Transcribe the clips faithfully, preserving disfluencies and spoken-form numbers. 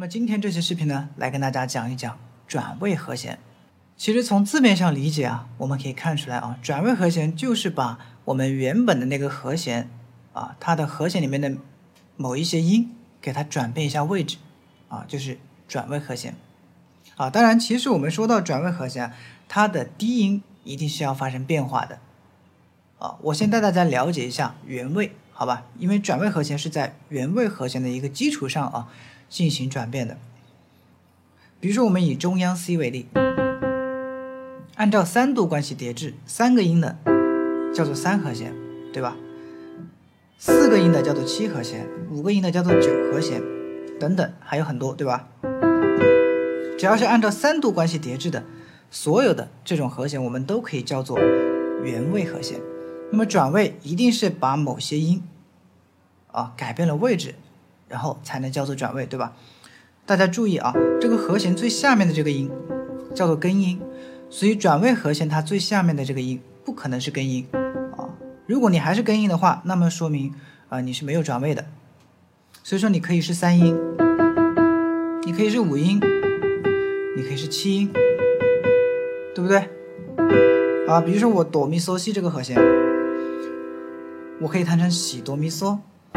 么今天这期视频呢，来跟大家讲一讲转位和弦。其实从字面上理解啊，我们可以看出来啊，转位和弦就是把我们原本的那个和弦啊，它的和弦里面的某一些音给它转变一下位置啊，就是转位和弦啊。当然，其实我们说到转位和弦啊，它的低音一定是要发生变化的啊。我先带大家了解一下原位，好吧？因为转位和弦是在原位和弦的一个基础上啊进行转变的。比如说，我们以中央 C 为例，按照三度关系叠制，三个音的叫做三和弦，对吧？四个音的叫做七和弦，五个音的叫做九和弦，等等，还有很多，对吧？只要是按照三度关系叠制的，所有的这种和弦，我们都可以叫做原位和弦。那么转位一定是把某些音啊改变了位置，然后才能叫做转位，对吧？大家注意啊，这个和弦最下面的这个音叫做根音，所以转位和弦它最下面的这个音不可能是根音啊。如果你还是根音的话，那么说明啊你是没有转位的。所以说你可以是三音，你可以是五音，你可以是七音，对不对？啊，比如说我哆咪嗦西这个和弦，我可以弹成西哆咪嗦。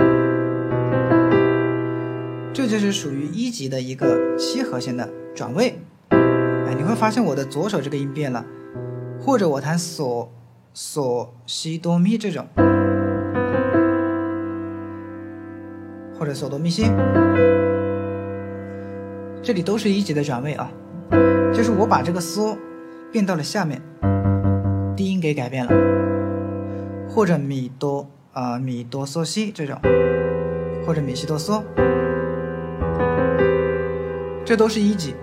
这就是属于一级的一个七和弦的转位。哎，你会发现我的左手这个音变了，或者我弹嗦嗦西哆咪这种，或者嗦哆咪西，这里都是一级的转位啊。就是我把这个嗦变到了下面，低音给改变了，或者咪哆啊、呃、咪哆嗦西这种，或者咪西哆嗦。这都是一级。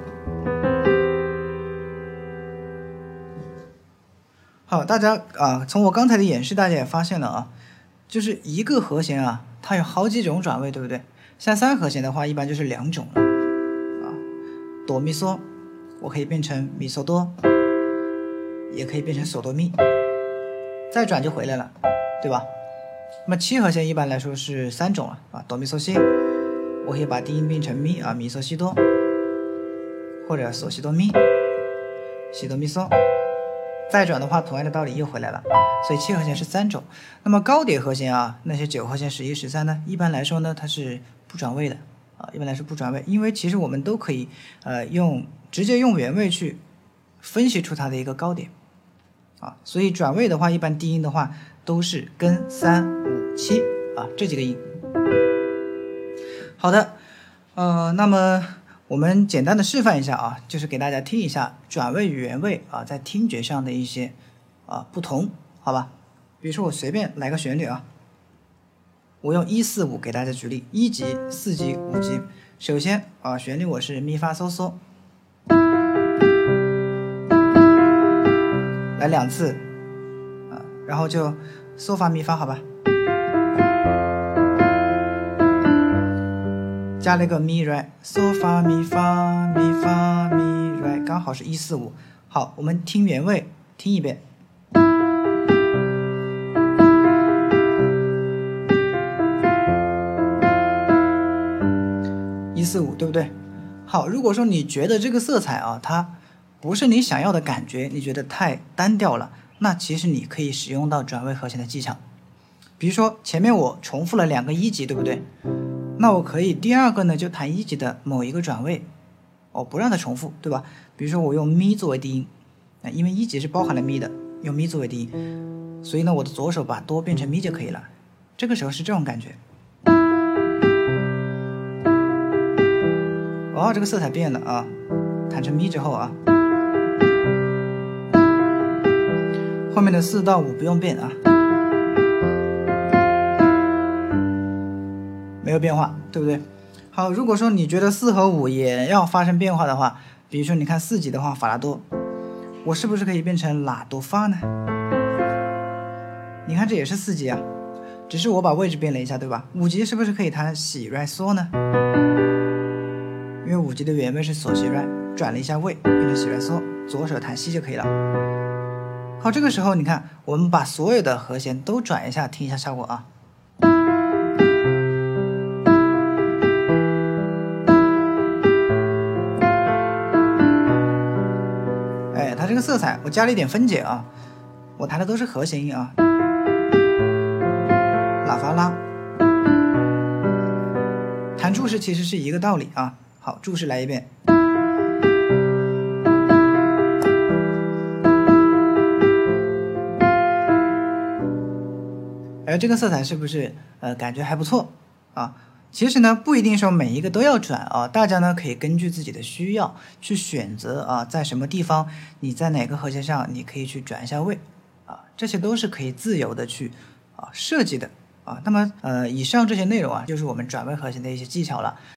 好，大家啊，从我刚才的演示，大家也发现了啊，就是一个和弦啊，它有好几种转位，对不对？像三和弦的话，一般就是两种了啊，哆咪嗦，我可以变成咪嗦哆，也可以变成嗦哆咪，再转就回来了，对吧？那么七和弦一般来说是三种了啊，哆咪嗦西，我可以把低音变成咪啊，咪嗦西哆。或者嗦西哆咪，西哆咪嗦，再转的话，同样的道理又回来了。所以七和弦是三种。那么高叠和弦啊，那些九和弦、十一、十三呢，一般来说呢，它是不转位的啊，一般来说不转位，因为其实我们都可以呃用直接用原位去分析出它的一个高点啊。所以转位的话，一般低音的话都是根三五七啊这几个音。好的，呃，那么。我们简单的示范一下啊，就是给大家听一下转位与原位啊，在听觉上的一些啊不同，好吧？比如说我随便来个旋律啊，我用一四五给大家举例，一级、四级、五级。首先啊，旋律我是咪发嗦嗦，来两次啊，然后就嗦发咪发，好吧？加了一个咪来，嗦发咪发咪发咪来，刚好是一四五。好，我们听原位，听一遍。一四五，对不对？好，如果说你觉得这个色彩啊，它不是你想要的感觉，你觉得太单调了，那其实你可以使用到转位和弦的技巧。比如说前面我重复了两个一级，对不对？那我可以第二个呢，就弹一级的某一个转位，哦，不让它重复，对吧？比如说我用咪作为低音，啊，因为一级是包含了咪的，用咪作为低音，所以呢，我的左手把哆变成咪就可以了。这个时候是这种感觉。哦，这个色彩变了啊，弹成咪之后啊，后面的四到五不用变啊。没有变化，对不对？好，如果说你觉得四和五也要发生变化的话，比如说你看四级的话，法拉多，我是不是可以变成拉多发呢？你看这也是四级啊，只是我把位置变了一下，对吧？五级是不是可以弹西来嗦呢？因为五级的原位是嗦西来，转了一下位，变成西来嗦，左手弹西就可以了。好，这个时候你看，我们把所有的和弦都转一下，听一下效果啊。 这个色彩我加了一点分解啊，我弹的都是和弦音啊，拉发拉，弹注释其实是一个道理啊。好，注释来一遍。而这个色彩是不是呃感觉还不错啊？其实呢，不一定说每一个都要转啊，大家呢可以根据自己的需要去选择啊，在什么地方你在哪个和弦上你可以去转一下位啊，这些都是可以自由的去啊设计的啊。那么呃，以上这些内容啊，就是我们转位和弦的一些技巧了。